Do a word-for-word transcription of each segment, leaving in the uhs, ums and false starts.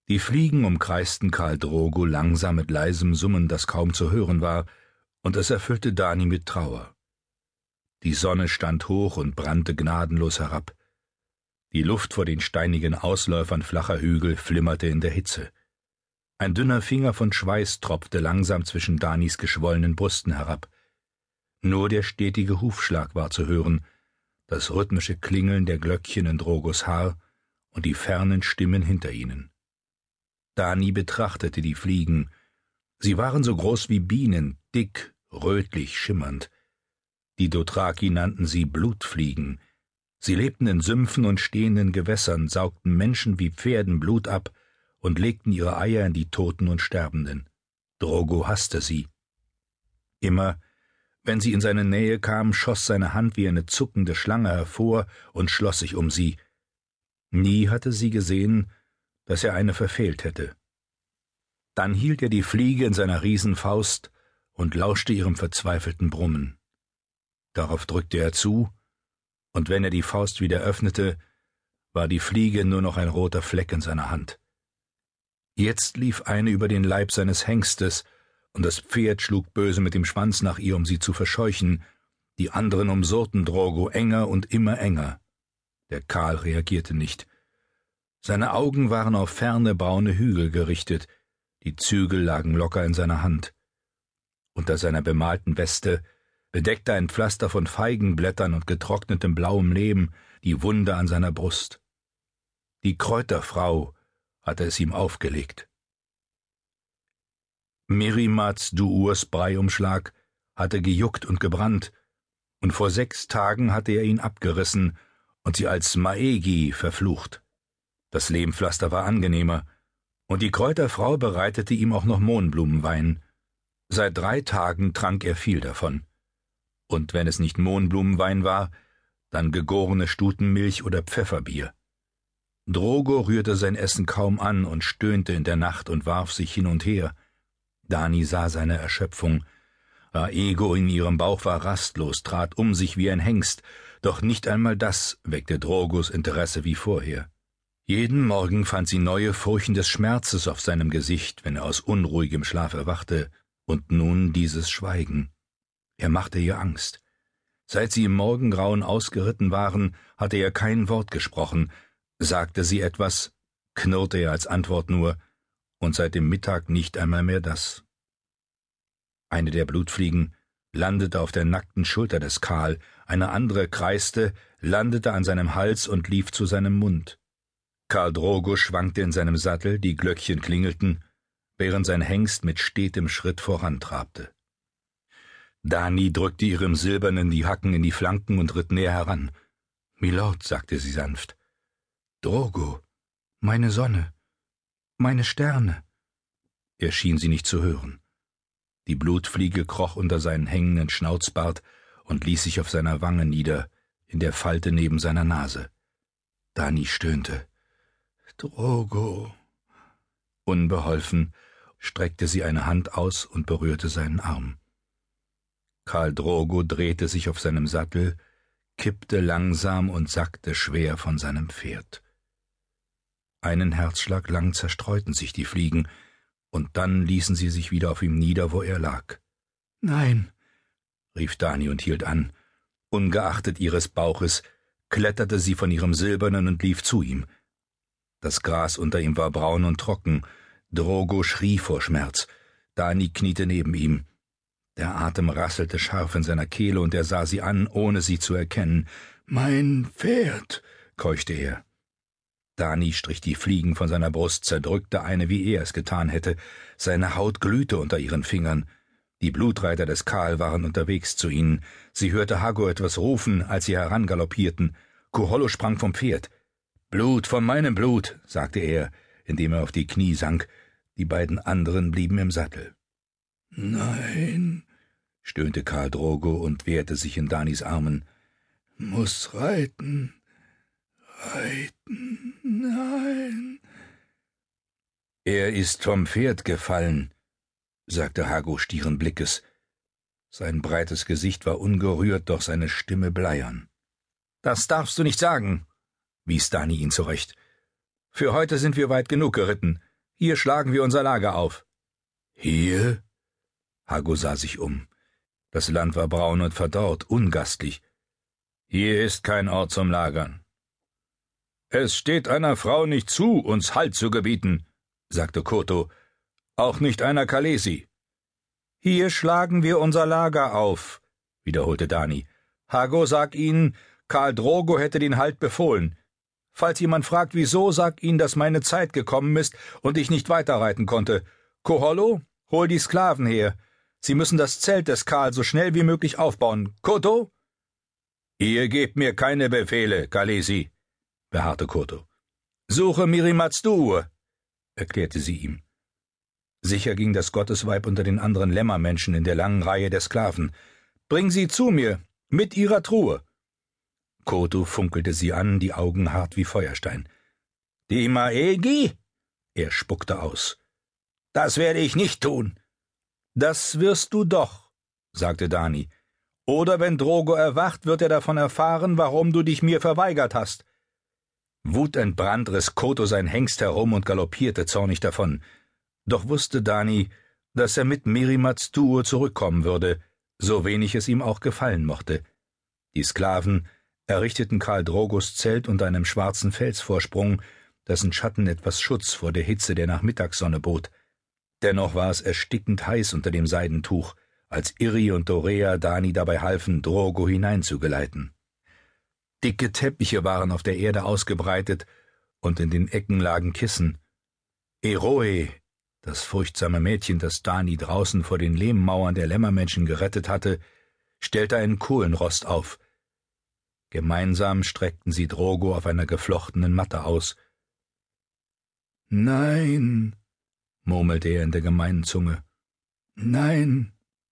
Die Fliegen umkreisten Karl Drogo langsam mit leisem Summen, das kaum zu hören war, und es erfüllte Dani mit Trauer. Die Sonne stand hoch und brannte gnadenlos herab. Die Luft vor den steinigen Ausläufern flacher Hügel flimmerte in der Hitze. Ein dünner Finger von Schweiß tropfte langsam zwischen Danis geschwollenen Brüsten herab. Nur der stetige Hufschlag war zu hören, das rhythmische Klingeln der Glöckchen in Drogos Haar und die fernen Stimmen hinter ihnen. Dani betrachtete die Fliegen. Sie waren so groß wie Bienen, dick, rötlich, schimmernd. Die Dothraki nannten sie Blutfliegen. Sie lebten in Sümpfen und stehenden Gewässern, saugten Menschen wie Pferden Blut ab und legten ihre Eier in die Toten und Sterbenden. Drogo hasste sie. Immer, wenn sie in seine Nähe kam, schoss seine Hand wie eine zuckende Schlange hervor und schloss sich um sie. Nie hatte sie gesehen, dass er eine verfehlt hätte. Dann hielt er die Fliege in seiner Riesenfaust und lauschte ihrem verzweifelten Brummen. Darauf drückte er zu, und wenn er die Faust wieder öffnete, war die Fliege nur noch ein roter Fleck in seiner Hand. Jetzt lief eine über den Leib seines Hengstes, und das Pferd schlug böse mit dem Schwanz nach ihr, um sie zu verscheuchen. Die anderen umsurrten Drogo enger und immer enger. Der Karl reagierte nicht. Seine Augen waren auf ferne braune Hügel gerichtet, die Zügel lagen locker in seiner Hand. Unter seiner bemalten Weste bedeckte ein Pflaster von Feigenblättern und getrocknetem blauem Lehm die Wunde an seiner Brust. Die Kräuterfrau hatte es ihm aufgelegt. Mirimats Duurs Breiumschlag hatte gejuckt und gebrannt, und vor sechs Tagen hatte er ihn abgerissen und sie als Maegi verflucht. Das Lehmpflaster war angenehmer, und die Kräuterfrau bereitete ihm auch noch Mohnblumenwein. Seit drei Tagen trank er viel davon. Und wenn es nicht Mohnblumenwein war, dann gegorene Stutenmilch oder Pfefferbier. Drogo rührte sein Essen kaum an und stöhnte in der Nacht und warf sich hin und her. Dani sah seine Erschöpfung. Aego in ihrem Bauch war rastlos, trat um sich wie ein Hengst, doch nicht einmal das weckte Drogos Interesse wie vorher. Jeden Morgen fand sie neue Furchen des Schmerzes auf seinem Gesicht, wenn er aus unruhigem Schlaf erwachte, und nun dieses Schweigen. Er machte ihr Angst. Seit sie im Morgengrauen ausgeritten waren, hatte er kein Wort gesprochen. Sagte sie etwas, knurrte er als Antwort nur, und seit dem Mittag nicht einmal mehr das. Eine der Blutfliegen landete auf der nackten Schulter des Karl, eine andere kreiste, landete an seinem Hals und lief zu seinem Mund. Karl Drogo schwankte in seinem Sattel, die Glöckchen klingelten, während sein Hengst mit stetem Schritt vorantrabte. Dani drückte ihrem Silbernen die Hacken in die Flanken und ritt näher heran. »Milord«, sagte sie sanft. »Drogo, meine Sonne, meine Sterne.« Er schien sie nicht zu hören. Die Blutfliege kroch unter seinen hängenden Schnauzbart und ließ sich auf seiner Wange nieder, in der Falte neben seiner Nase. Dani stöhnte. »Drogo.« Unbeholfen streckte sie eine Hand aus und berührte seinen Arm. Karl Drogo drehte sich auf seinem Sattel, kippte langsam und sackte schwer von seinem Pferd. Einen Herzschlag lang zerstreuten sich die Fliegen, und dann ließen sie sich wieder auf ihm nieder, wo er lag. »Nein«, rief Dani und hielt an. Ungeachtet ihres Bauches kletterte sie von ihrem Silbernen und lief zu ihm. Das Gras unter ihm war braun und trocken. Drogo schrie vor Schmerz. Dani kniete neben ihm. Der Atem rasselte scharf in seiner Kehle, und er sah sie an, ohne sie zu erkennen. »Mein Pferd«, keuchte er. Dani strich die Fliegen von seiner Brust, zerdrückte eine, wie er es getan hätte. Seine Haut glühte unter ihren Fingern. Die Blutreiter des Karl waren unterwegs zu ihnen. Sie hörte Haggo etwas rufen, als sie herangaloppierten. Kuhollo sprang vom Pferd. »Blut von meinem Blut«, sagte er, indem er auf die Knie sank. Die beiden anderen blieben im Sattel. »Nein«, stöhnte Karl Drogo und wehrte sich in Danis Armen. »Muss reiten, reiten, nein.« »Er ist vom Pferd gefallen«, sagte Haggo stieren Blickes. Sein breites Gesicht war ungerührt, doch seine Stimme bleiern. »Das darfst du nicht sagen«, wies Dani ihn zurecht. »Für heute sind wir weit genug geritten. Hier schlagen wir unser Lager auf.« »Hier?« Hago sah sich um. Das Land war braun und verdorrt, ungastlich. »Hier ist kein Ort zum Lagern.« »Es steht einer Frau nicht zu, uns Halt zu gebieten«, sagte Koto, »auch nicht einer Kalesi.« »Hier schlagen wir unser Lager auf«, wiederholte Dani. »Hago, sag ihnen, Karl Drogo hätte den Halt befohlen. Falls jemand fragt, wieso, sag ihnen, dass meine Zeit gekommen ist und ich nicht weiterreiten konnte. Kohollo, hol die Sklaven her. Sie müssen das Zelt des Karl so schnell wie möglich aufbauen. Koto?« »Ihr gebt mir keine Befehle, Kalesi«, beharrte Koto. »Suche Mirimatstuur«, erklärte sie ihm. Sicher ging das Gottesweib unter den anderen Lämmermenschen in der langen Reihe der Sklaven. »Bring sie zu mir, mit ihrer Truhe.« Koto funkelte sie an, die Augen hart wie Feuerstein. »Die Maegi?« Er spuckte aus. »Das werde ich nicht tun.« »Das wirst du doch«, sagte Dani. »Oder wenn Drogo erwacht, wird er davon erfahren, warum du dich mir verweigert hast.« Wutentbrannt riss Koto sein Hengst herum und galoppierte zornig davon. Doch wusste Dani, dass er mit Mirimatstuur zurückkommen würde, so wenig es ihm auch gefallen mochte. Die Sklaven errichteten Karl Drogos Zelt unter einem schwarzen Felsvorsprung, dessen Schatten etwas Schutz vor der Hitze der Nachmittagssonne bot. Dennoch war es erstickend heiß unter dem Seidentuch, als Irri und Dorea Dani dabei halfen, Drogo hineinzugeleiten. Dicke Teppiche waren auf der Erde ausgebreitet, und in den Ecken lagen Kissen. Eroe, das furchtsame Mädchen, das Dani draußen vor den Lehmmauern der Lämmermenschen gerettet hatte, stellte einen Kohlenrost auf. Gemeinsam streckten sie Drogo auf einer geflochtenen Matte aus. »Nein«, murmelte er in der gemeinen Zunge. »Nein,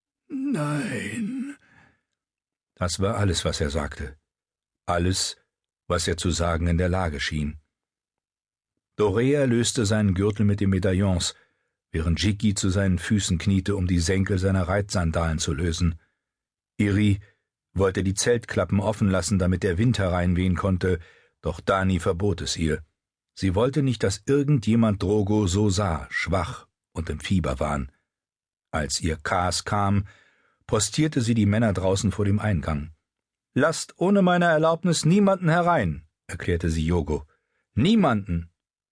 nein.« Das war alles, was er sagte. Alles, was er zu sagen in der Lage schien. Dorea löste seinen Gürtel mit den Medaillons, während Jiki zu seinen Füßen kniete, um die Senkel seiner Reitsandalen zu lösen. Irri wollte die Zeltklappen offen lassen, damit der Wind hereinwehen konnte, doch Dani verbot es ihr. Sie wollte nicht, dass irgendjemand Drogo so sah, schwach und im Fieberwahn. Als ihr Kas kam, postierte sie die Männer draußen vor dem Eingang. »Lasst ohne meine Erlaubnis niemanden herein«, erklärte sie Yogo. »Niemanden!«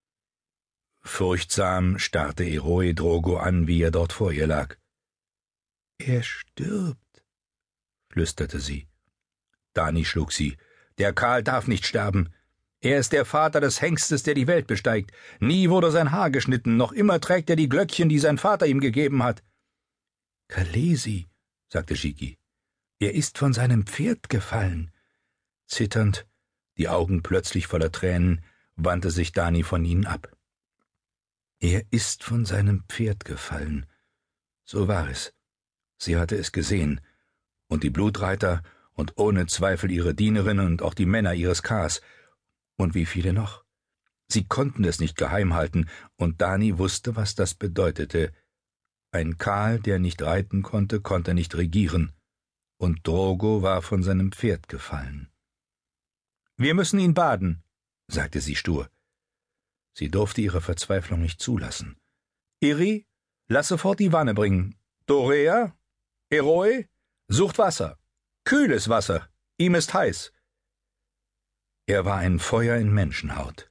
Furchtsam starrte Eroe Drogo an, wie er dort vor ihr lag. »Er stirbt«, flüsterte sie. Dani schlug sie. »Der Karl darf nicht sterben. Er ist der Vater des Hengstes, der die Welt besteigt. Nie wurde sein Haar geschnitten, noch immer trägt er die Glöckchen, die sein Vater ihm gegeben hat.« »Kalesi«, sagte Jiki. »Er ist von seinem Pferd gefallen.« Zitternd, die Augen plötzlich voller Tränen, wandte sich Dani von ihnen ab. Er ist von seinem Pferd gefallen. So war es. Sie hatte es gesehen. Und die Blutreiter und ohne Zweifel ihre Dienerinnen und auch die Männer ihres Kas. Und wie viele noch? Sie konnten es nicht geheim halten, und Dani wusste, was das bedeutete. Ein Karl, der nicht reiten konnte, konnte nicht regieren. Und Drogo war von seinem Pferd gefallen. »Wir müssen ihn baden«, sagte sie stur. Sie durfte ihre Verzweiflung nicht zulassen. »Irri, lass sofort die Wanne bringen. Dorea, Eroe, sucht Wasser. Kühles Wasser. Ihm ist heiß.« Er war ein Feuer in Menschenhaut.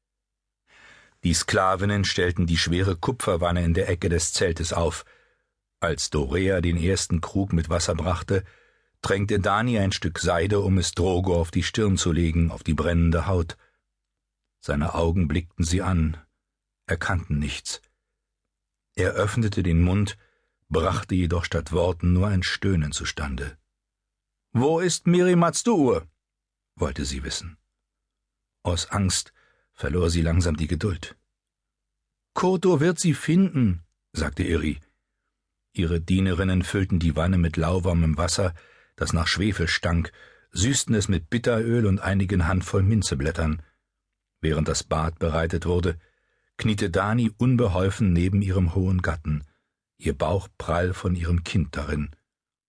Die Sklavinnen stellten die schwere Kupferwanne in der Ecke des Zeltes auf. Als Dorea den ersten Krug mit Wasser brachte, drängte Dani ein Stück Seide, um es Drogo auf die Stirn zu legen, auf die brennende Haut. Seine Augen blickten sie an, erkannten nichts. Er öffnete den Mund, brachte jedoch statt Worten nur ein Stöhnen zustande. »Wo ist Mirimatstuur?« wollte sie wissen. Aus Angst verlor sie langsam die Geduld. »Koto wird sie finden«, sagte Irri. Ihre Dienerinnen füllten die Wanne mit lauwarmem Wasser, das nach Schwefel stank, süßten es mit Bitteröl und einigen Handvoll Minzeblättern. Während das Bad bereitet wurde, kniete Dani unbeholfen neben ihrem hohen Gatten, ihr Bauch prall von ihrem Kind darin.